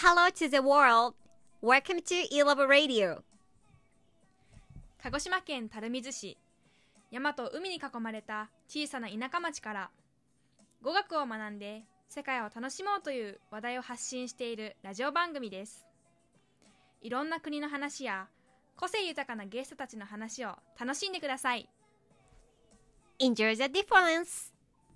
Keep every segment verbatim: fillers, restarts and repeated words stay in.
hello to the world. Welcome to E-Love Radio. 鹿児島県垂水市、山と海に囲まれた小さな田舎町から語学を学んで世界を楽しもうという話題を発信しているラジオ番組です。いろんな国の話や個性豊かなゲストたちの話を楽しんでください。 Enjoy the difference.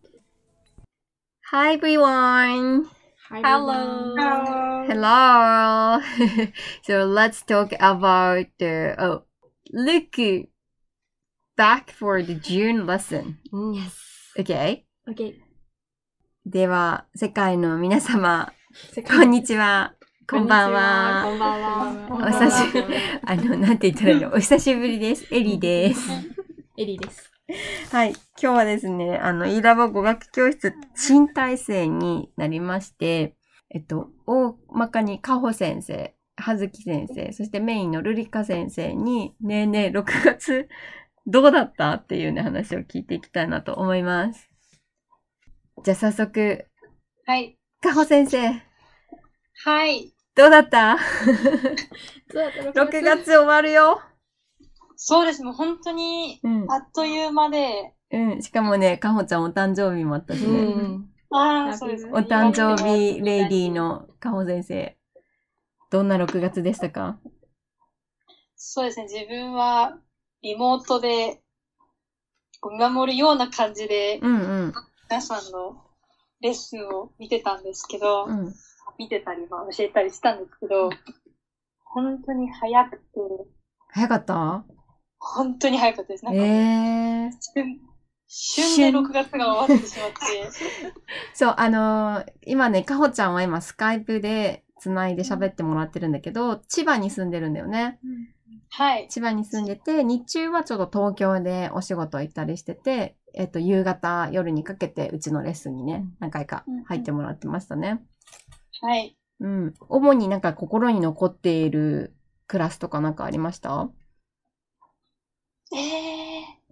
Hi everyone. Hi, Hello. Hello. So let's talk about the oh look back for the June lesson. Yes. Okay. OK。 では世界の皆様、こんにちは。こんばんは。 こんばんは。 お久しぶり。あのなんて言ったらいいの。お久しぶりです。エリです。 エリーです。 はい。今日はですね、あの、イーラボ語学教室新体制になりまして、えっと、大まかにカホ先生、葉月先生、そしてメインのルリカ先生に、ねえねえ、ろくがつどうだったっていうね、話を聞いていきたいなと思います。じゃあ早速、 はい。 カホ先生、 はい。 どうだったどうだった ?ろく 月終わるよ。 そうです。もう本当に、 うん。 あっという間で。 うん。しかもね、カホちゃんお誕生日もあったしね。 うん。 ああ、そうですね。 お誕生日レイディーのカホ先生。どんなろくがつでしたか？ そうですね。自分はリモートでこう見守るような感じで、 うんうん。 皆さんのレッスンを見てたんですけど、 うん。 見てたり、まあ教えたりしたんですけど、本当に早くて、 早かった？ 本当に早かったです。なんか、 えー。 旬、旬でろくがつが終わってしまって。 そう、あのー、今ね、かほちゃんは今スカイプで繋いで喋ってもらってるんだけど、千葉に住んでるんだよね。 はい。 千葉に住んでて、日中はちょっと東京でお仕事行ったりしてて、えっと、夕方、夜にかけてうちのレッスンにね、何回か入ってもらってましたね。 はい。 うん。主になんか心に残っているクラスとかなんかありました？ ええー。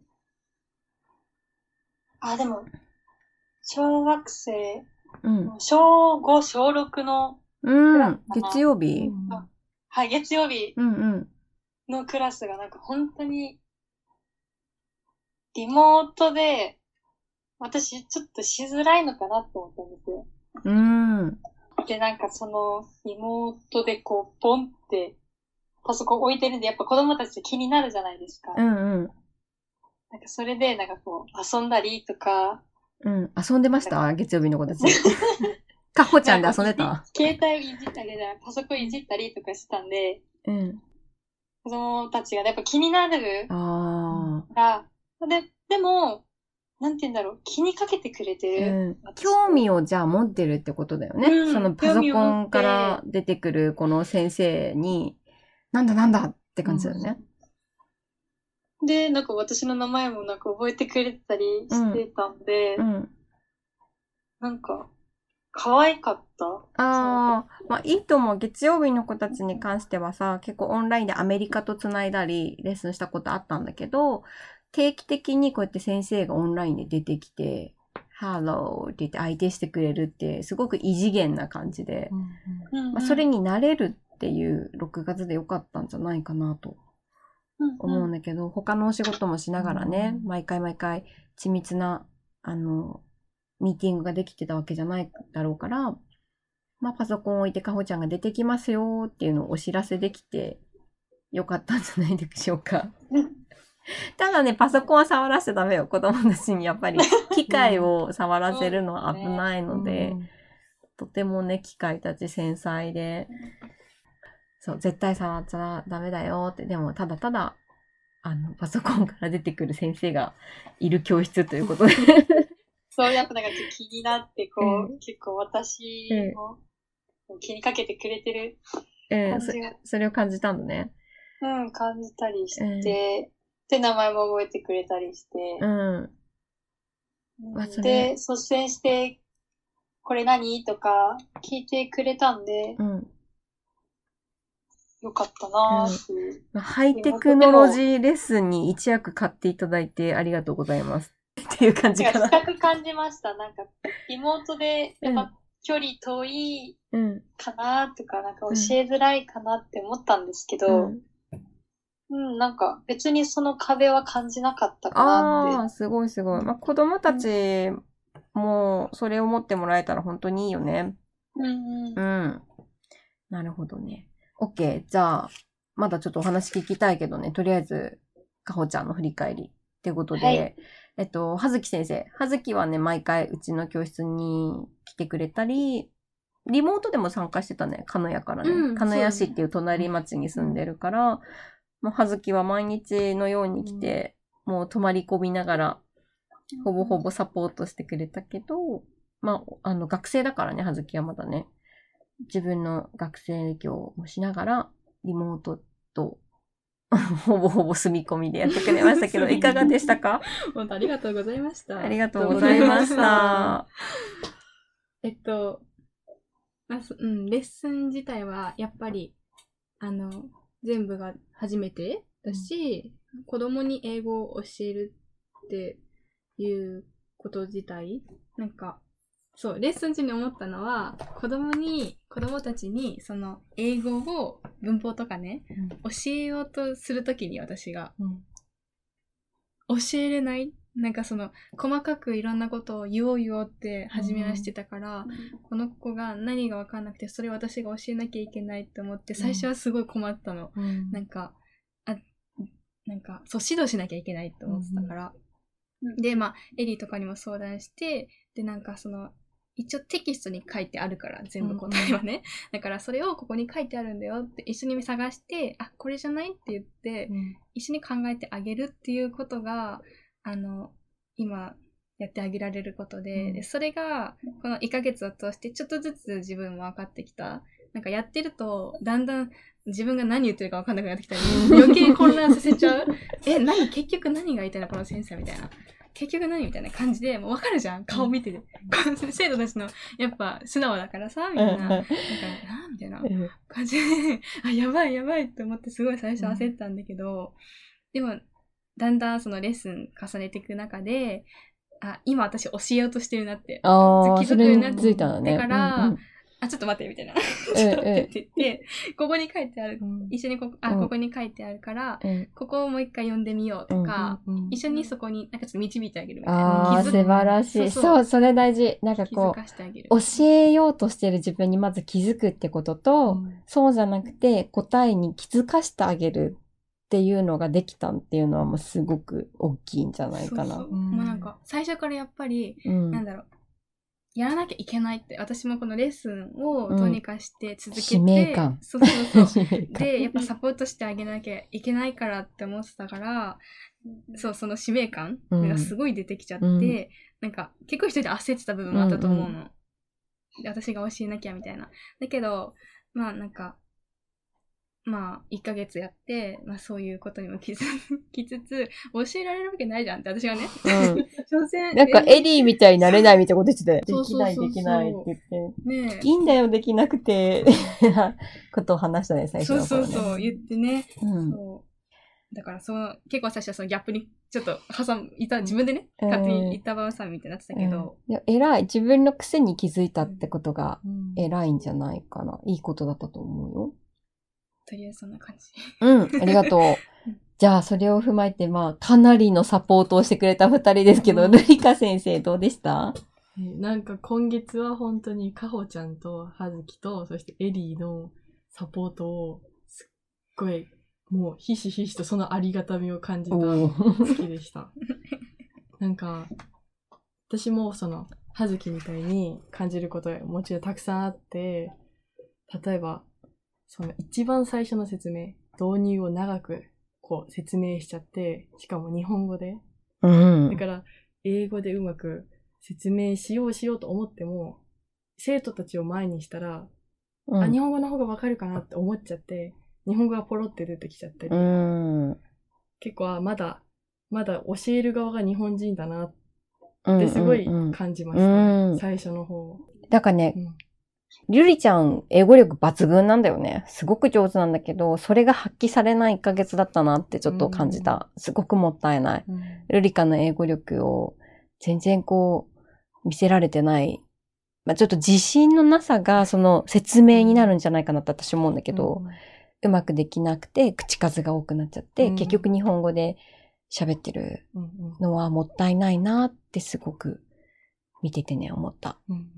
あ、でも、小学生、 うん。 小ご、小ろくの、 うん。月曜日？ はい、月曜日うんうん。 のクラスがなんか本当に、リモートで、私ちょっとしづらいのかなと思ったんですよ。 うん。 で、なんかその、リモートでこう、ポンって、パソコン置いてるんで、やっぱ子供たちって気になるじゃないですか。 うんうん。 なんかそれで、なんかこう、遊んだりとか。 うん。遊んでました月曜日の子たち。かほちゃんで遊んでた？ 携帯をいじったり、パソコンいじったりとかしてたんで、 うん。 子供たちがやっぱ気になるああ。で、でも、なんて言うんだろう、気にかけてくれてる。 うん。興味をじゃあ持ってるってことだよね。 うん、 そのパソコンから出てくるこの先生に、なんだなんだって感じだよね。 うん、で、なんか私の名前もなんか覚えてくれたりしてたんで、 うんうん、 なんか、可愛かった。 ああ、まあいいと思う。月曜日の子たちに関してはさ、結構オンラインでアメリカとつないだり、レッスンしたことあったんだけど、定期的にこうやって先生がオンラインで出てきて、ハローって言って相手してくれるって、すごく異次元な感じで、 うんうん、 まあ、それに慣れるっていうろくがつでよかったんじゃないかなと思うんだけど、うんうん、他のお仕事もしながらね、毎回毎回緻密な、あの、ミーティングができてたわけじゃないだろうから、まあパソコンを置いてかほちゃんが出てきますよっていうのをお知らせできてよかったんじゃないでしょうか。ただね、パソコンは触らせちゃダメよ。子供たちにやっぱり機械を触らせるのは危ないので、うん、とてもね、機械たち繊細で、そう、絶対触っちゃダメだよって、でもただただ、あの、パソコンから出てくる先生がいる教室ということで。 そう、やっぱなんか気になって、こう、うん、結構私も気にかけてくれてる感じが、 うん、そ, それを感じたんだね。 うん、感じたりして、うん、で、名前も覚えてくれたりして、 うん。 まあ、で、率先して、これ何とか聞いてくれたんで、うん、よかったなーっていう、 うん。ハイテクノロジーレッスンに一役買っていただいてありがとうございます。っていう感じかな。 近く感じました。なんか、リモートで、やっぱ、 距離遠いうん。 かなとか、なんか教えづらいかなって思ったんですけど、 うんうん、なんか別にその壁は感じなかったかなって。 ああ、すごいすごい。まあ、子供たちもそれを持ってもらえたら本当にいいよね。 うんうんう。ん。なるほどね。OK。じゃあ、まだちょっとお話聞きたいけどね、とりあえず、かほちゃんの振り返りってことで、 はいえっと、はずき先生。はずきはね、毎回うちの教室に来てくれたり、リモートでも参加してたね、鹿屋からね。 うん鹿屋市っていう隣町に住んでるから、もうはずきは毎日のように来て、もう泊まり込みながら、ほぼほぼサポートしてくれたけど、まあ、あの、学生だからね、はずきはまだね。自分の学生業もしながら、リモートと、ほぼほぼ住み込みでやってくれましたけど、いかがでしたか？ 本当ありがとうございました。 ありがとうございました。 えっと、まあそうん、レッスン自体はやっぱり、あの、全部が初めてだし、うん、子供に英語を教えるっていうこと自体、なんか、そう、レッスン中に思ったのは、子供に、子供たちに、その、英語を、文法とかね、うん、教えようとするときに私が、うん、教えれないなんかその、細かくいろんなことを言おう言おうって初めはしてたから、うん、この子が何がわかんなくて、それ私が教えなきゃいけないって思って、最初はすごい困ったの。うん、なんか、あ、なんか、そう、指導しなきゃいけないって思ってたから。うん、で、まあ、エリーとかにも相談して、で、なんかその、一応テキストに書いてあるから、全部答えはね。うん、だからそれをここに書いてあるんだよって一緒に探して、あ、これじゃないって言って、うん、一緒に考えてあげるっていうことが、あの、今やってあげられることで、うん、でそれがこのいっかげつを通してちょっとずつ自分も分かってきた。なんかやってると、だんだん自分が何言ってるか分かんなくなってきたり、余計混乱させちゃう。え、何結局何が言いたいのこの先生みたいな。結局何みたいな感じで、もう分かるじゃん顔見てて。うん、生徒たちの、やっぱ素直だからさ、みたいな。なんか、なみたいな感じで、あ、やばいやばいって思ってすごい最初焦ったんだけど、でも、だんだんそのレッスン重ねていく中で、あ、今私教えようとしてるなって。 ああ、 気づくようになってから、うんうん、あ、ちょっと待って、みたいな。ちょっと待ってって言って、ここに書いてある、うん、一緒にここ、あ、うん、ここに書いてあるから、うん、ここをもう一回読んでみようとか、うんうん、一緒にそこになんかちょっと導いてあげるみたいな。 ああ、素晴らしい。そう、そう、それ大事。なんかこう、教えようとしてる自分にまず気づくってことと、うん、そうじゃなくて答えに気づかしてあげる。っていうのができたっていうのはもうすごく大きいんじゃないかな。 そうそう、うん、もうなんか最初からやっぱり、うん、なんだろう、やらなきゃいけないって、私もこのレッスンをどうにかして続けて、 使命感。 そうそうそう。で、やっぱサポートしてあげなきゃいけないからって思ってたから、そう、その使命感がすごい出てきちゃって、うん、なんか結構一人で焦ってた部分もあったと思うの。うんうん、で私が教えなきゃみたいな。だけど、まあなんか、まあ、いっかげつやって、まあそういうことにも気づきつつ、教えられるわけないじゃんって私がね。うん。 所詮なんかエリーみたいになれないみたいなこと言ってて、できないできないって言って。ねえ。いいんだよ、できなくて、ことを話したね、最初の頃ね。 そうそうそう、言ってね。うん。そうだからその、結構最初はそのギャップに、ちょっと挟む、いた、自分でね、うん、勝手に言ったばあさんみたいになってたけど。 うん、いや、偉い。自分の癖に気づいたってことが、偉いんじゃないかな。いいことだったと思うよ。 とりあえずそんな感じ。 うん、ありがとう。じゃあ、それを踏まえて、まあ、かなりのサポートをしてくれた二人ですけど、うん、ルリカ先生どうでした？ なんか今月は本当にかほちゃんとはずきと、そしてエリーのサポートをすっごい、もうひしひしとそのありがたみを感じた月でした。なんか、私もその、はずきみたいに感じることがもちろんたくさんあって、例えば、その一番最初の説明、導入を長くこう説明しちゃって、しかも日本語で。うん、だから英語でうまく説明しようしようと思っても、生徒たちを前にしたら、うん、あ、日本語の方がわかるかなって思っちゃって、日本語がポロって出てきちゃったり。うん、結構、あ、まだ、まだ教える側が日本人だなってすごい感じました、うんうん、最初の方。 だからね、うんりゅりちゃん、英語力抜群なんだよね。すごく上手なんだけど、それが発揮されないいっかげつだったなってちょっと感じた。すごくもったいない。ルリカの英語力を全然こう、見せられてないまあ、ちょっと自信のなさがその説明になるんじゃないかなと私思うんだけど、 うんうまくできなくて口数が多くなっちゃって、 うん結局日本語で喋ってるうんのはもったいないなってすごく見ててね、思った。 うん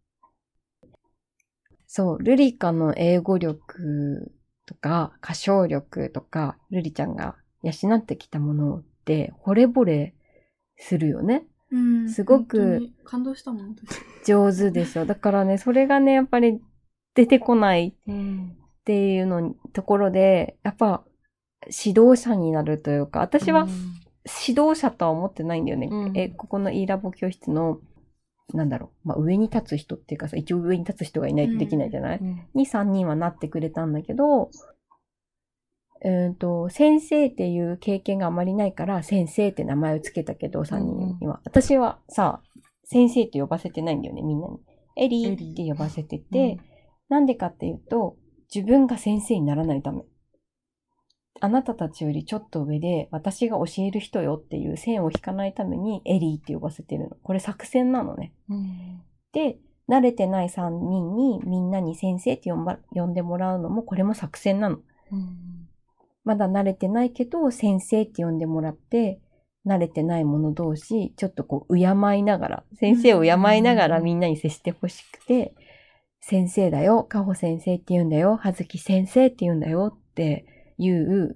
そう、ルリカの英語力とか歌唱力とか、ルリちゃんが養ってきたものって惚れ惚れするよね。 うんすごく本当に感動したもん。私上手でしょ。だからね、それがね、やっぱり出てこないうんっていうのところで、やっぱ指導者になるというか、私は指導者とは思ってないんだよね。 うんえ、ここの E ラボ教室の、なんだろう、まあ、上に立つ人っていうかさ、一応上に立つ人がいないとできないじゃない、 うんにさんにんはなってくれたんだけど、えっと、先生っていう経験があまりないから、先生って名前をつけたけど、さんにんには。私はさ、先生って呼ばせてないんだよね、みんなに。エリーって呼ばせてて、なんでかっていうと、自分が先生にならないため。あなたたちよりちょっと上で、私が教える人よっていう線を引かないために、エリーって呼ばせてるの。これ作戦なのね。 うんで、慣れてないさんにんにみんなに先生って呼んば呼んでもらうのも、これも作戦なの。 うんまだ慣れてないけど、先生って呼んでもらって、慣れてない者同士、ちょっとこう、敬いながら、先生を敬いながらみんなに接してほしくて、先生だよ、かほ先生って言うんだよ、はずき先生って言うんだよっていう、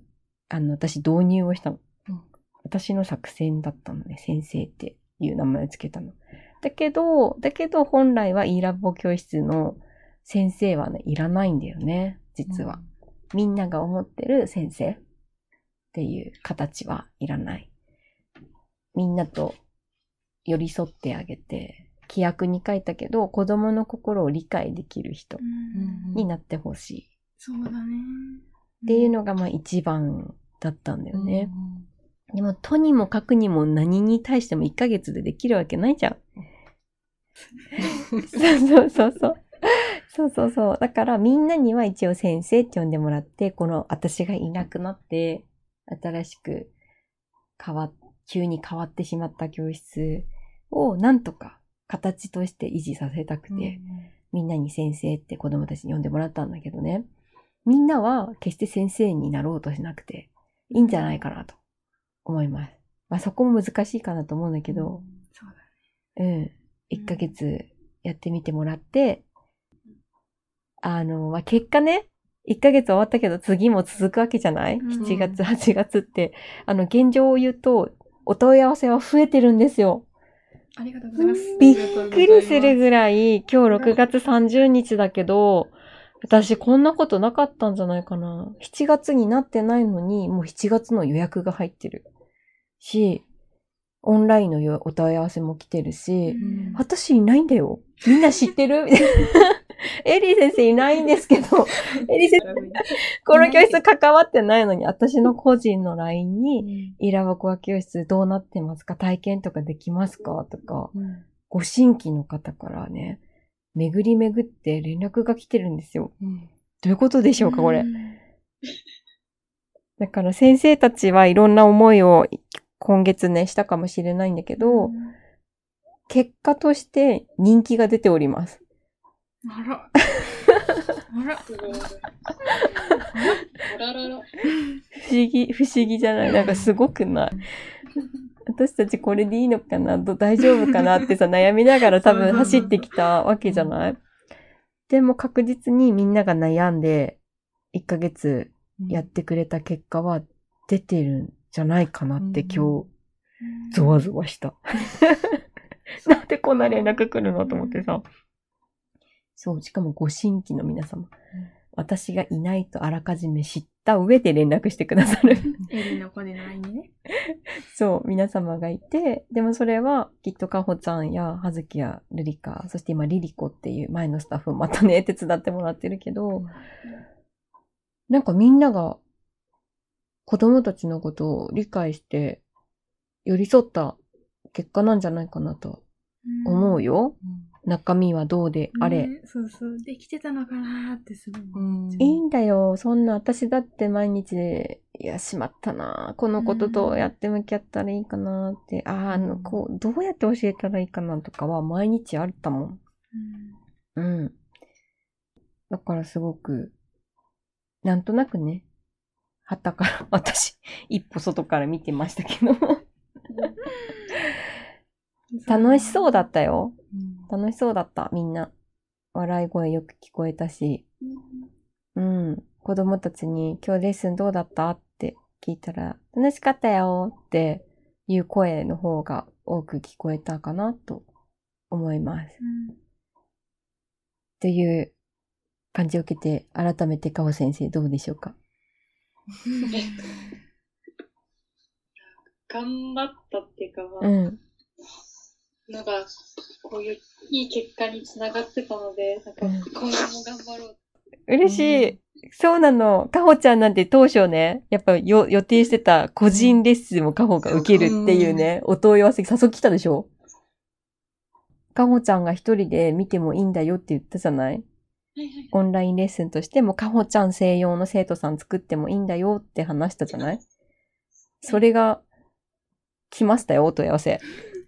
あの、私導入をしたの。 うん私の作戦だったのね、先生っていう名前をつけたの。だけど、だけど本来は E ラボ教室の先生はね、いらないんだよね、実は。みんなが思ってる先生っていう形はいらない。みんなと寄り添ってあげて、規約に書いたけど、子供の心を理解できる人うんになってほしい。 そうだね。 っていうのがまあ一番だったんだよね。 うんでも、とにもかくにも何に対してもいっかげつでできるわけないじゃん。そうそうそうそう。そうそうそう。だからみんなには一応先生って呼んでもらって、この私がいなくなって、新しく変わっ、急に変わってしまった教室をなんとか形として維持させたくて、みんなに先生って子供たちに呼んでもらったんだけどね。みんなは決して先生になろうとしなくていいんじゃないかなと思います。まあそこも難しいかなと思うんだけど、 そうだね。 うん。いっかげつやってみてもらって、あの、まあ、結果ね、いっかげつ終わったけど次も続くわけじゃない、 うん ?しちがつ、はちがつって。あの、現状を言うと、お問い合わせは増えてるんですよ。 ありがとうございます。 びっくりするぐらい、今日ろくがつさんじゅうにちだけど、私こんなことなかったんじゃないかな。しちがつになってないのに、もうしちがつの予約が入ってるし、オンラインのよお問い合わせも来てるし、 うん私いないんだよ。みんな知ってるみたいな。エリー先生いないんですけど、エリー先生、この教室関わってないのに、私の個人の ライン に、イラバコア教室どうなってますか？体験とかできますか？とか、 うんご新規の方からね、巡り巡って連絡が来てるんですよ。 うんどういうことでしょうか、これ。 うんだから先生たちはいろんな思いを今月ね、したかもしれないんだけど、結果として人気が出ております。 あら。あら。 すごい。あららら。 不思議、不思議じゃない？なんかすごくない？私たちこれでいいのかな？ど大丈夫かなってさ、悩みながら多分走ってきたわけじゃない？でも確実にみんなが悩んでいっかげつやってくれた結果は出てるんじゃないかなって今日、ゾワゾワした。なんでこんな連絡来るのと思ってさ。そう、しかもご新規の皆様。私がいないとあらかじめ知った上で連絡してくださる。 エリの子での愛にね。 そう、皆様がいて、でもそれはきっとかほちゃんやはずきやルリカ、そして今リリコっていう前のスタッフもまたね、手伝ってもらってるけど、なんかみんなが子供たちのことを理解して寄り添った結果なんじゃないかなと思うよ。中身はどうであれ。 ねそうそう。できてたのかなーってすごい。 うんいいんだよ。そんな私だって毎日で、いや、しまったな。このことどうやって向き合ったらいいかなって、ああ、あの、こう、どうやって教えたらいいかなとかは毎日あったもん。 うん。うん。だからすごく、なんとなくね、旗から私、一歩外から見てましたけど。楽しそうだったよ。楽しそうだった、みんな。笑い声よく聞こえたし。うん。子供たちに今日レッスンどうだったって聞いたら、楽しかったよっていう声の方が多く聞こえたかなと思います。うん、という感じを受けて、改めてかほ先生どうでしょうか？ 頑張ったっていうか、うん。なんか、こういういい結果につながってたので、なんか今後も頑張ろう。 嬉しい。うん、そうなの。かほちゃんなんて当初ね、やっぱよ予定してた個人レッスンもかほが受けるっていうね、うん、お問い合わせ誘来たでしょ？かほちゃんが一人で見てもいいんだよって言ったじゃない？オンラインレッスンとしてもかほちゃん専用の生徒さん作ってもいいんだよって話したじゃない？それが来ましたよ、お問い合わせ。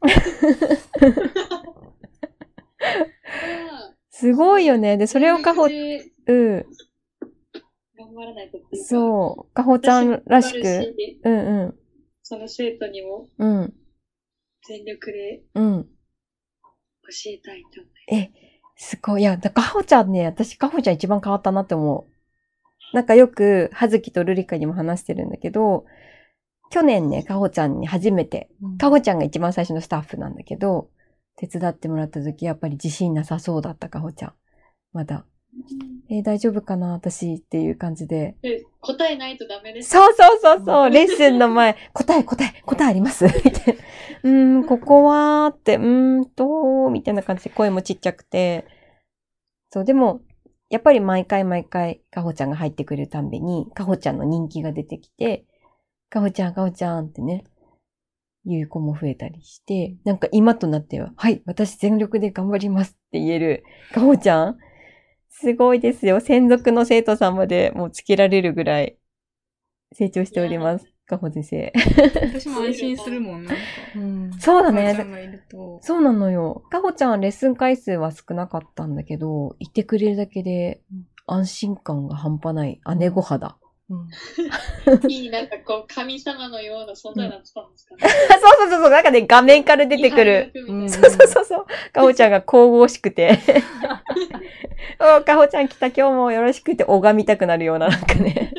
すごいよね。で、それをかほ、うん。頑張らないとっていうか。 そう。かほちゃんらしく。うんうん。 その生徒にも。 うん。 全力で。 うん。 教えたいと思う。え、すごい。いや、かほちゃんね、私かほちゃん一番変わったなって思う。なんかよく、はずきとるりかにも話してるんだけど、去年ね、かほちゃんに初めて、かほちゃんが一番最初のスタッフなんだけど、手伝ってもらった時、やっぱり自信なさそうだった、かほちゃん。まだ。えー、大丈夫かな私っていう感じで。 え、答えないとダメです。 そうそうそうそう、レッスンの前、答え答え、答えありますみたいな。うーん、ここはーって、うーんと、みたいな感じで声もちっちゃくて。そう、でも、やっぱり毎回毎回、かほちゃんが入ってくるたんびに、かほちゃんの人気が出てきて、かほちゃん、かほちゃんってね、言う子も増えたりして、なんか今となっては、はい、私全力で頑張りますって言える、かほちゃん。すごいですよ。専属の生徒さんまでもうつけられるぐらい成長しております。かほ先生。 私も安心するもんな。 うん、そうだね。そうなのよ。かほちゃんはレッスン回数は少なかったんだけど、いてくれるだけで安心感が半端ない姉御肌。 うん、いい、なんかこう、神様のような存在だったんですかね。 そうそうそうそう、なんかね、画面から出てくる。そうそうそうそう。かほちゃんが神々しくて。おかほちゃん来た、今日もよろしくって拝みたくなるような、なんかね。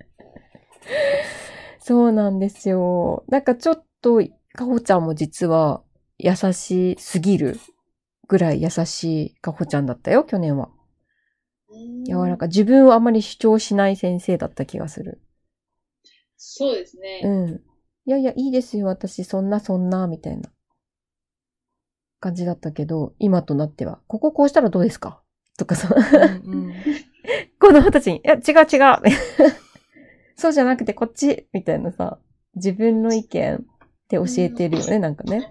そうなんですよ。なんかちょっと、かほちゃんも実は優しすぎるぐらい優しいかほちゃんだったよ、去年は。柔らか、自分をあまり主張しない先生だった気がする。 そうですね。 うん。いやいや、いいですよ、私、そんなそんな、みたいな感じだったけど、今となっては、こここうしたらどうですかとかさ、うんうん、子供たちに、いや、違う違う。そうじゃなくてこっちみたいなさ、自分の意見って教えてるよね、なんかね。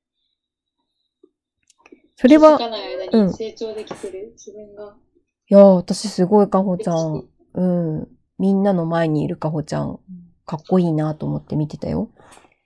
それは、 気づかない間に成長できてる、うん、自分が。 いやー、私すごいかほちゃん、うん。みんなの前にいるかほちゃん、かっこいいなと思って見てたよ。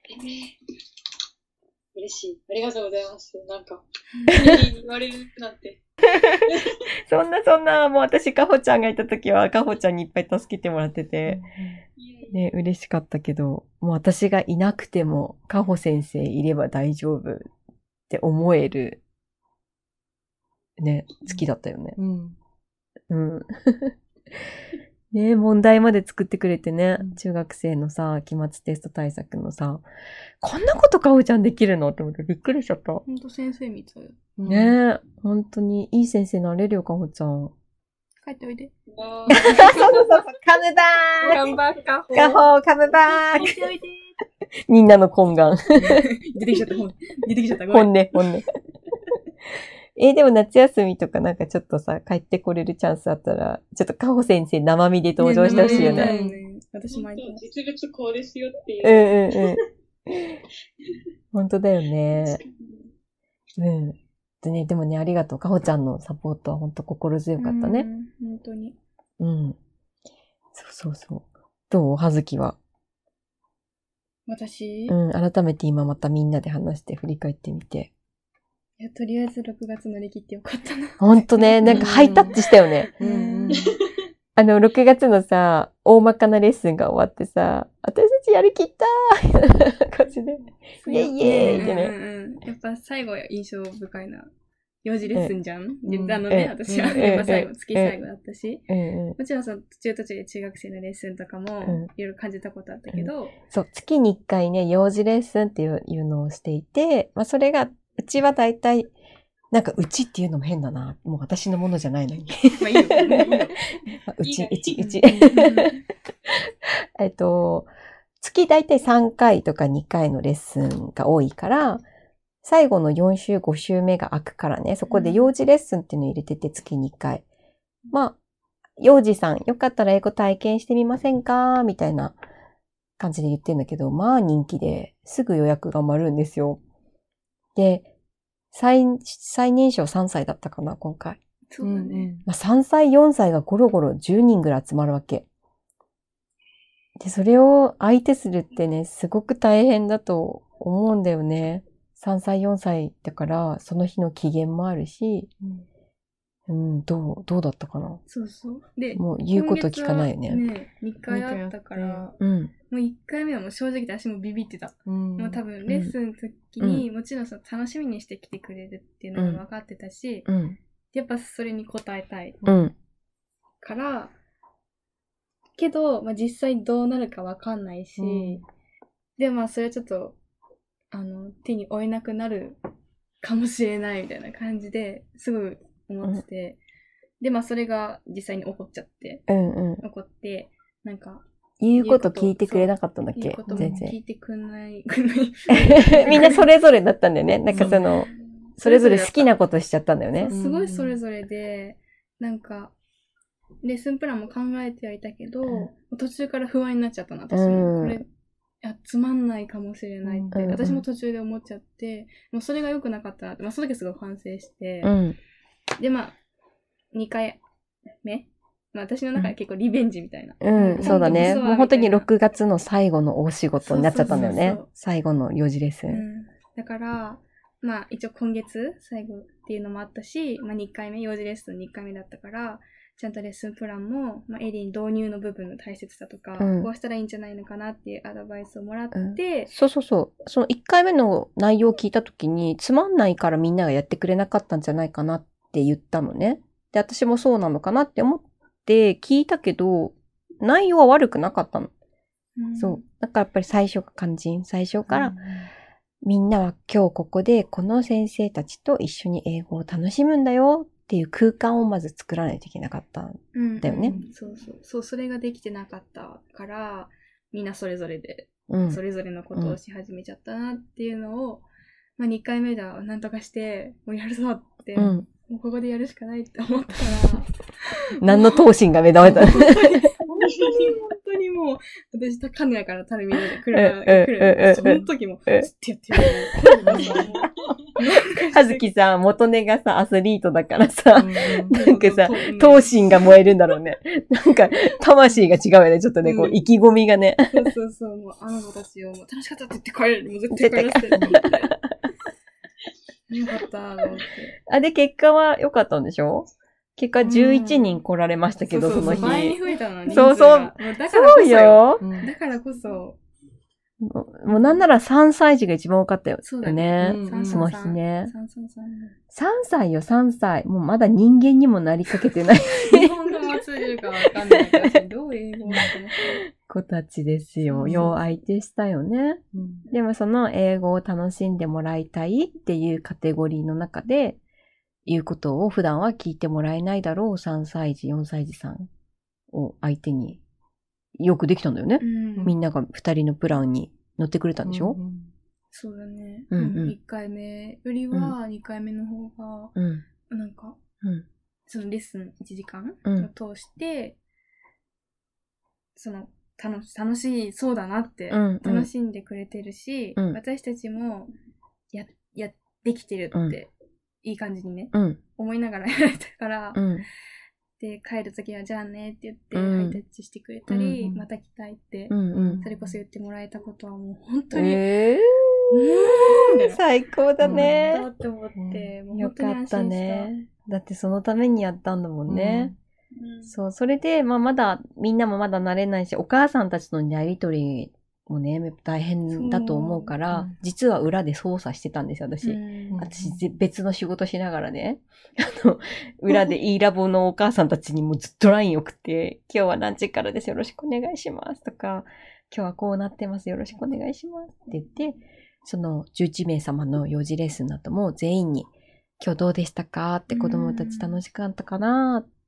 嬉しい。ありがとうございます。なんか、言われるなんて。 そんなそんな、もう私かほちゃんがいたときは、かほちゃんにいっぱい助けてもらってて、ね、嬉しかったけど、もう私がいなくても、かほ先生いれば大丈夫って思える、ね、好きだったよね。うん。うん。ね、問題まで作ってくれてね、中学生のさ、期末テスト対策のさ、こんなことかほちゃんできるのって思ってびっくりしちゃった。 ほんと先生みたい。 ねえ、ほんとにいい先生になれるよ、かほちゃん。 帰っておいで。 そうそうそうそう、カムバークカムバークかほかほカムバーク帰っておいでみんなの懇願。 出てきちゃった、出てきちゃった、 本音、本音。えー、でも夏休みとかなんかちょっとさ、帰ってこれるチャンスあったら、ちょっとかほ先生生身で登場してほしいよね。ねね私も実物こうですよっていう。 うんうんうん。本当だよね。うん。でね、でもね、ありがとう。かほちゃんのサポートは本当心強かったね。 本当に。 うん。そうそうそう。どう？はずきは。 私？ うん。改めて今またみんなで話して振り返ってみて。 いや、とりあえずろくがつ乗り切ってよかったな。 ほんとね、なんかハイタッチしたよね。 うんうんあの、ろくがつのさ、大まかなレッスンが終わってさ、私たちやりきったーみたいな感じで、イェイイェイってね。 うんうんうん。やっぱ最後印象深いな。幼児レッスンじゃん、 うんあのね、 うん私は、 うんやっぱ最後、月最後だったし。 うんうん、 もちろんその途中途中で中学生のレッスンとかもうんいろいろ感じたことあったけど、 そう、月にいっかいね、幼児レッスンっていういうのをしていて、まあそれが、うちはだいたい、なんかうちっていうのも変だな。もう私のものじゃないのに。 まあいいよ、いいよ。 まあうち、 いいがいいうち、うち。 うんえっと、月だいたいさんかいとかにかいのレッスンが多いから、最後のよん週、ご週目が空くからね、そこで幼児レッスンっていうのを入れてて月にいっかい。まあ、幼児さん、よかったら英語体験してみませんかみたいな感じで言ってんだけど、まあ人気で、すぐ予約が埋まるんですよ。で、最、最年少さんさいだったかな、今回。 そうだね。 まあ、さんさい、よんさいがゴロゴロじゅうにんぐらい集まるわけ。で、それを相手するってね、すごく大変だと思うんだよね。さんさい、よんさいだから、その日の機嫌もあるし、うん、どう、どうだったかな。 そうそう。で、 もう言うこと聞かないよね。 今月はね、にかいあったから、 うん。 もういっかいめはもう正直私もビビってた。 うんもう多分レッスンの時に、もちろんその楽しみにしてきてくれるっていうのが分かってたし、 うん。 やっぱそれに応えたいうん。 から、けど、まあ、実際どうなるか分かんないし、 うんで、まあそれはちょっと、あの、手に負えなくなるかもしれないみたいな感じですごい思ってて、で、まあそれが実際に起こっちゃって、 うんうん。 起こって、なんか、 言うこと聞いてくれなかったんだっけ言うことも全然。 聞いてくんない、くんない。 みんなそれぞれだったんだよね。なんかその、それぞれ好きなことしちゃったんだよねそう。すごいそれぞれで、なんか、レッスンプランも考えてはいたけど、途中から不安になっちゃったの、私も。 うんこれ、いや、つまんないかもしれないって、 うん私も途中で思っちゃって、もうそれが良くなかったなって、まあその時すごい反省して、 うん。 で、まあ、にかいめまあ私の中で結構リベンジみたいな。 うん、そうだね。 今度こそはもう本当にみたいなろくがつの最後の大仕事になっちゃったんだよねそうそうそうそう。 最後の幼児レッスン。 うん、だから、まあ一応今月最後っていうのもあったし、まあにかいめ、幼児レッスンにかいめだったから、ちゃんとレッスンプランも、まあ、エリーに導入の部分の大切さとか、 うんこうしたらいいんじゃないのかなっていうアドバイスをもらって、 そうそうそう。そのいっかいめの内容を聞いたときに、つまんないからみんながやってくれなかったんじゃないかなって言ったのね。で、私もそうなのかなって思って聞いたけど、内容は悪くなかったの。 うんそう。だからやっぱり最初が肝心。最初から、みんなは今日ここでこの先生たちと一緒に英語を楽しむんだよっていう空間をまず作らないといけなかった。 うんだよねうんそうそう。そう、それができてなかったから、みんなそれぞれで、 うん。 それぞれのことをし始めちゃったなっていうのを、まあにかいめだ、なんとかして、もうやるぞって、 うん。 もうここでやるしかないって思ったから、 何の闘心が目覚めた本当に、本当に、本当にもう、私、カネやからタルミで来る、 ええ来ええる。その時も、ずええっとやってる。 はずきさ、元音がさ、アスリートだからさ、 ななんかさ、闘心が燃えるんだろうね。なんか、魂が違うよね。ちょっとね、こう、 うん意気込みがね。 そうそうそう、もうあの子たちをもう楽しかったって言って帰れる。もう絶対帰らせてって言って。よかった、と思って。 あ、で、結果は良かったんでしょ？結果じゅういちにん来られましたけど、その日。 倍に増えたの、人数そうがそうもうだからそうこそよ。 よ。 うんだからこそ、 もうもうなんならさんさい児が一番多かったよそうだね。 ね三その日ね。 三三三。 さんさいよ、さんさい。もうまだ人間にもなりかけてない日本語も通じるかわかんないけど、どう英語を話す子たちですそうよ。 そうよう相手したよね。 うんでもその英語を楽しんでもらいたいっていうカテゴリーの中で、言うことを普段は聞いてもらえないだろうさんさい児、よんさい児さんを相手によくできたんだよね。 うんみんながふたりのプランに乗ってくれたんでしょ、 うんそうだね。 うんうんいっかいめよりはにかいめの方が、 うん、 なんか、 うん、 そのレッスンいちじかんうんを通して、その、楽し、楽しそうだなって、 うんうん楽しんでくれてるし、 うん私たちも、や、や、できてるうんって、いい感じにね、 うん、 思いながらやられたから、 うん、 で、帰るときは、じゃあねって言って、 うんハイタッチしてくれたり、 うんまた来たいって、 うん、うん。 それこそ言ってもらえたことはもう本当に、 え最高だね。 だって思って、もうよ本当に安心した。 かったね。だってそのためにやったんだもんね。 うんそう、それで、まあまだ、みんなもまだ慣れないし、お母さんたちのやりとりもね、大変だと思うから、 うん実は裏で操作してたんですよ、私。 うん私、ぜ別の仕事しながらね、あの、裏で E ラボのお母さんたちにもずっと ライン 送って、今日は何時からです、よろしくお願いしますとか、今日はこうなってます、よろしくお願いしますって言って、そのじゅういちめいさまの幼児レッスンの後も全員に、今日どうでしたかって子供たち楽しかったかなって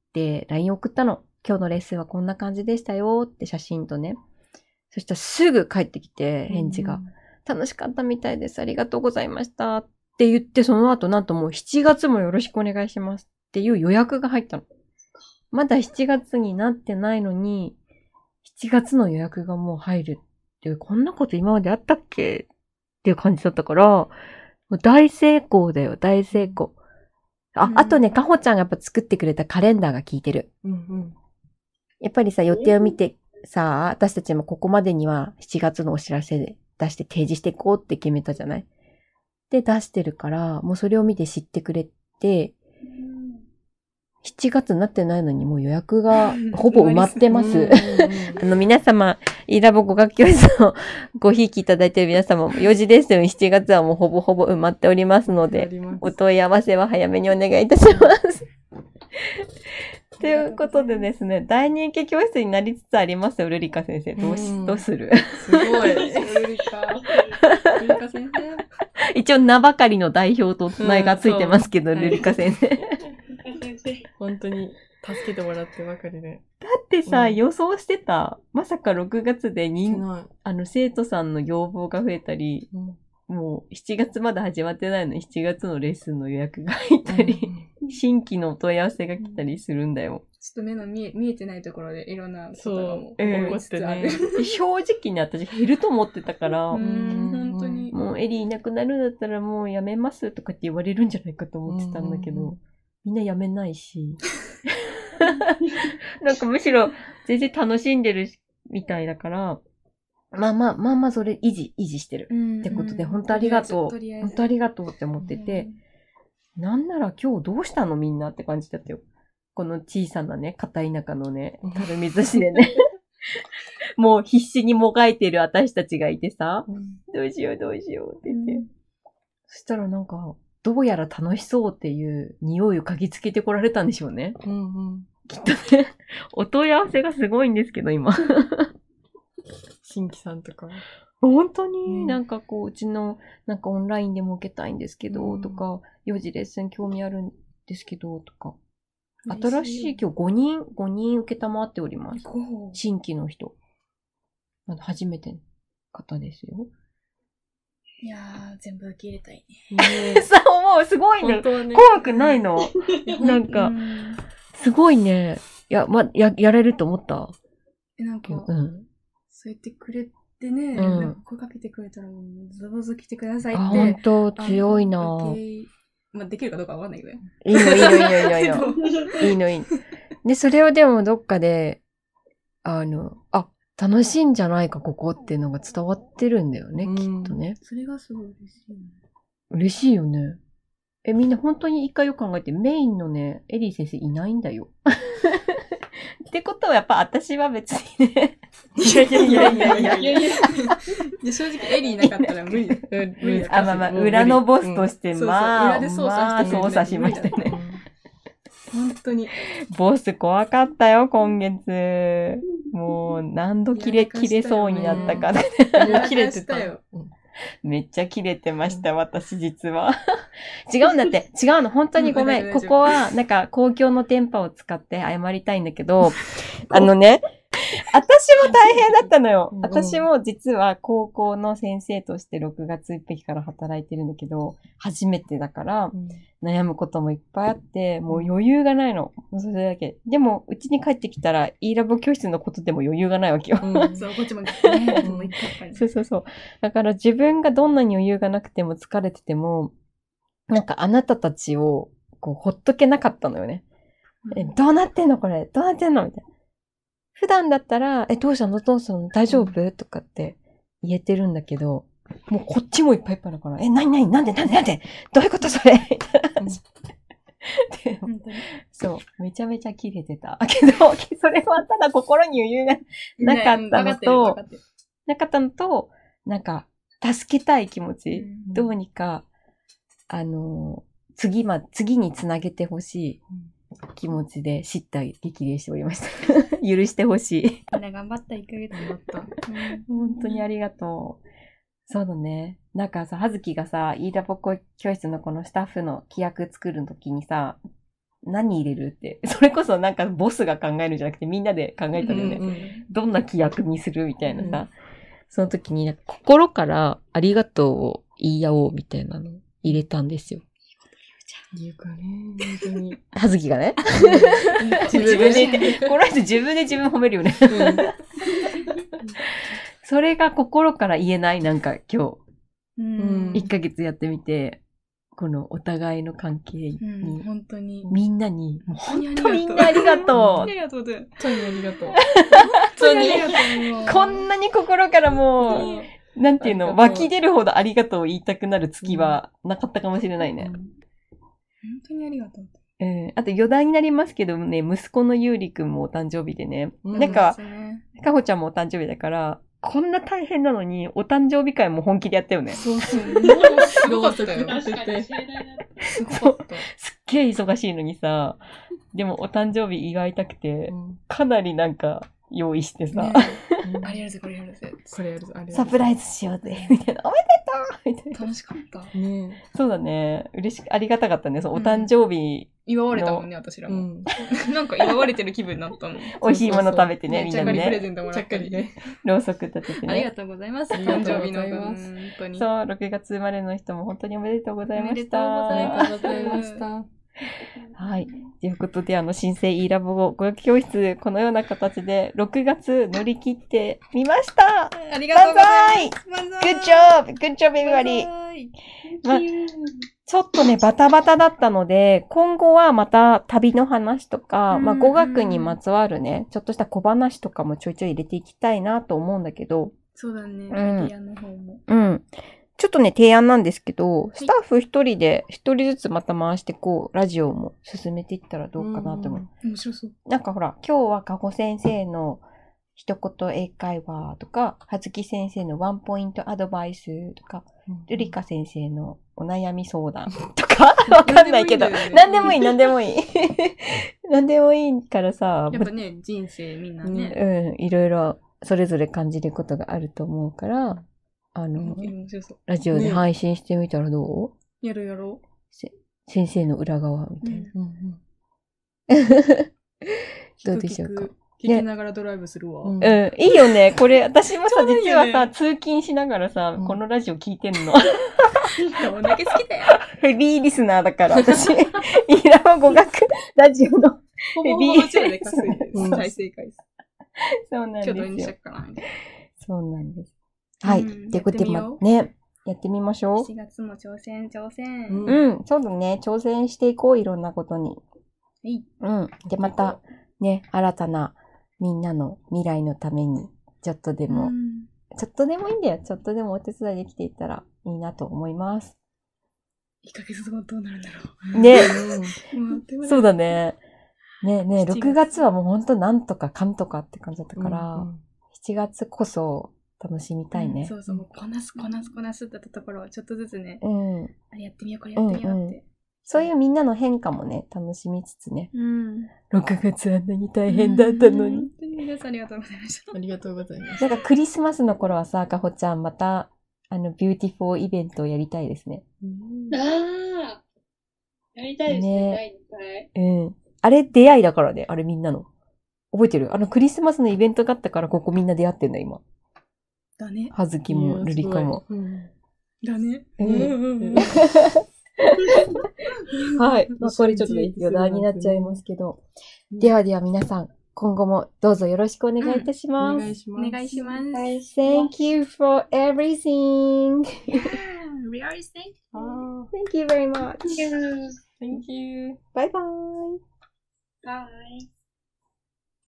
ライン 送ったの。今日のレッスンはこんな感じでしたよって写真とね。そしたらすぐ帰ってきて返事が、うん、楽しかったみたいです。ありがとうございましたって言って、その後なんともうしちがつもよろしくお願いしますっていう予約が入ったの。まだしちがつになってないのに、しちがつの予約がもう入るっていう、こんなこと今まであったっけっていう感じだったから、もう大成功だよ、大成功。あ、うん、あとね、かほちゃんがやっぱ作ってくれたカレンダーが効いてる。うんうん、やっぱりさ、予定を見てさ、私たちもここまでにはしちがつのお知らせで出して提示していこうって決めたじゃない？で、出してるから、もうそれを見て知ってくれて、しちがつになってないのにもう予約がほぼ埋まってます。あの皆様、Eラボ語学教室をごひいきいただいている皆様も、幼児レッスンしちがつはもうほぼほぼ埋まっておりますので、お問い合わせは早めにお願いいたします。ということでですね、大人気教室になりつつありますよ、ルリカ先生。どうし、どうする？ すごい。ルリカ。ルリカ先生。 一応名ばかりの代表と名がついてますけど、うん、ルリカ先生。 本当に助けてもらってばかりで。 だってさ、うん、予想してた。まさかろくがつで人、あの、生徒さんの要望が増えたり、うん、もうしちがつまだ始まってないのにしちがつのレッスンの予約が入ったり、うん、新規のお問い合わせが来たりするんだよ。 ちょっと目の見え、見えてないところでいろんなことがもう起こってね。 正直に私減ると思ってたから、 本当に。 もうエリーいなくなるんだったらもうやめますとかって言われるんじゃないかと思ってたんだけど、みんなやめないし。なんかむしろ全然楽しんでるみたいだから、まあまあまあまあそれ維持、維持してる。ってことで、本当ありがとう。本当ありがとうって思ってて、なんなら今日どうしたのみんなって感じだったよ。この小さなね、片田舎のね、たるみ寿司でね。もう必死にもがいてる私たちがいてさ、うん、どうしようどうしようって言って。うん、そしたらなんか、どうやら楽しそうっていう匂いを嗅ぎつけてこられたんでしょうね。うんうん、きっとね、お問い合わせがすごいんですけど、今。 新規さんとか。 本当に、なんかこう、うちの、なんかオンラインでも受けたいんですけど、うん、とか、幼児レッスン興味あるんですけど、とか。新しい今日ごにん、ごにん受けたまっております。新規の人。まだ初めての方ですよ。 いやー、全部受け入れたいね。さあ、もうすごいね。ね怖くないのなんか、すごいね。いや、ま、や、やれると思った。 え、なんか、うん、そう言ってくれてね、うん、なんか声かけてくれたら、ズボズ来てくださいって。あ、 ほんと、強いなぁ。まあ、できるかどうかわかんないけど。いいの、いいの、いいの、いいの、いいの。いいの、いいの。で、それをでもどっかで、あの、あ、楽しいんじゃないか、ここっていうのが伝わってるんだよね、きっとね。 それがすごい嬉しい、ね。 嬉しいよね。え、みんな本当に一回よく考えて、メインのね、エリー先生いないんだよ。ってことはやっぱ私は別にね。 いやいやいやいやいやいやいや。正直エリーいなかったら無理だ。無理だ。 あ、まあまあ、裏のボスとして、まあ、まあ、操作しましたね。 本当に。 ボス怖かったよ、今月。もう、何度切れ、切れそうになったかね。 切れてたよ。 めっちゃ切れてました、私実は。違うんだって。違うの。本当にごめん。ここは、なんか、公共の電波を使って謝りたいんだけど、あのね、私も大変だったのよ。私も実は高校の先生としてろくがついっぺきから働いてるんだけど、初めてだから悩むこともいっぱいあって、もう余裕がないの。それだけ。でも、うちに帰ってきたら E ラボ教室のことでも余裕がないわけよ。 うん、そう、こっちも、ね、もう一回。 そうそうそう。だから自分がどんなに余裕がなくても疲れてても、なんかあなたたちをこうほっとけなかったのよね。うん、え、どうなってんのこれどうなってんのみたいな。普段だったら、え、どうしたのどうしたの大丈夫、うん、とかって言えてるんだけど、 もうこっちもいっぱいいっぱいだから、え、なになになんでなんでなんでどういうことそれみたいな話。でそう、めちゃめちゃキレてた。けど、それはただ心に余裕がなかったのと、なかったのと、なんか、助けたい気持ち、うん、どうにか、あの、次ま、次につなげてほしい気持ちで叱咤激励しておりました。許してほしい。 みんな頑張ったいっかげつだった。 本当にありがとう。そうだね。なんかさ、はずきがさ、飯田ぼっこ教室のこのスタッフの規約作るときにさ、何入れるって。それこそなんかボスが考えるんじゃなくてみんなで考えたんだよね。うんうん、どんな規約にするみたいなさ。うん、その時になんか心からありがとうを言い合おうみたいなのを入れたんですよ。 言うかね、本当に。 はずきがね。自分で言って、この人自分で自分褒めるよね。うん、それが心から言えないなんか今日、うん、いっかげつやってみて、このお互いの関係に、 うん、本当にみんなに、もう本当みんなありがとう。 ありがとう。本当にありがとう。 本当にありがとう。こんなに心からもう、なんていうの、湧き出るほどありがとうを言いたくなる月はなかったかもしれないね。うん、本当にありがとう。 うん。あと余談になりますけどね、息子のゆうりくんもお誕生日でね。うん、なんか、かほちゃんもお誕生日だから、こんな大変なのに、お誕生日会も本気でやったよね。 そうそう。もうすごかったよ。 確かに。 すごかった。 すっげえ忙しいのにさ、でもお誕生日祝いたくて、うん、かなりなんか用意してさ。ね、 あれやるぜ、これやるぜ。 これやるぜ、あれやるぜ。 サプライズしようぜ、みたいな。おめでとうみたいな。 楽しかった。 ね、 そうだね。嬉しく、ありがたかったね。そう、お誕生日、 うん。祝われたもんね、私らも。うん、なんか祝われてる気分になったもん。 美味しいもの食べてね、みんなでね。 ちゃっかりプレゼントもらったりね。 ろうそく立ててね。 ありがとうございます。誕生日の本当に。 そう、ろくがつ生まれの人も本当におめでとうございました。 おめでとうございました。 はい。ということで、あの、新生 E ラボ語学教室、このような形でろくがつ乗り切ってみました。 ありがとうございます。 万歳 !Good job! Good job, everybody! ま、ちょっとね、バタバタだったので、今後はまた旅の話とか、まあ、語学にまつわるね、ちょっとした小話とかもちょいちょい入れていきたいなと思うんだけど。 そうだね、メディアの方も。 うん。ちょっとね、提案なんですけど、スタッフ一人で一人ずつまた回してこう、ラジオも進めていったらどうかなと思う。 面白そう。 なんかほら、今日はかご先生の一言英会話とか、はずき先生のワンポイントアドバイスとか、るりか先生のお悩み相談とか、わかんないけど、なんでもいい、なんでもいい。なんでもいいからさ、 やっぱね、人生みんなね。 うん、いろいろそれぞれ感じることがあると思うから、あの、ラジオで配信してみたらどう？ やるやろう。 先生の裏側みたいな。どうでしょうか。 聞きながらドライブするわ。 うん、いいよね。これ、私もさ、実はさ、通勤しながらさ、このラジオ聞いてんの。 どんだけ好きだよ。 ヘビーリスナーだから、私。イラボ語学ラジオのヘビーリスナーで稼いでる。再生回数。 そうなんですよ。 今日どうにしよっかな、みたいな。 そうなんです。はい。ってことで、ま、ね、やってみましょう。 しがつも挑戦、挑戦。 うん、そうだね。挑戦していこう、いろんなことに。 はい。 うん。で、また、ね、新たなみんなの未来のために、ちょっとでも、ちょっとでもいいんだよ。ちょっとでもお手伝いできていったらいいなと思います。 いっかげつごどうなるんだろう。 ね。そうだね。ねねろくがつはもうほんとなんとかかんとかって感じだったから、しちがつこそ、楽しみたいね、 うん。そうそう、もうこなすこなすこなすだったところをちょっとずつね、 うん、 あれやってみようこれやってみようって、うんうん。 そういうみんなの変化もね、楽しみつつね。 うん。 ろくがつあんなに大変だったのに。 本当に皆さんありがとうございました。 ありがとうございます。 なんかクリスマスの頃はさ、かほちゃんまた、あの、ビューティフォーイベントをやりたいですね。 うん、ああやりたいですね。ねうん。あれ出会いだからね、あれみんなの。覚えてる？あのクリスマスのイベントがあったからここみんな出会ってんだ、今。 だね。 はずきも、るりかも。 うん、だね。 うん。はい。まあ、これちょっとね、余談になっちゃいますけど。ではでは皆さん、今後もどうぞよろしくお願いいたします。うん、 お願いします。お願いします。 Thank you for everything. Yeah, we are thank you. Thank you very much. Thank you. Bye bye. Bye.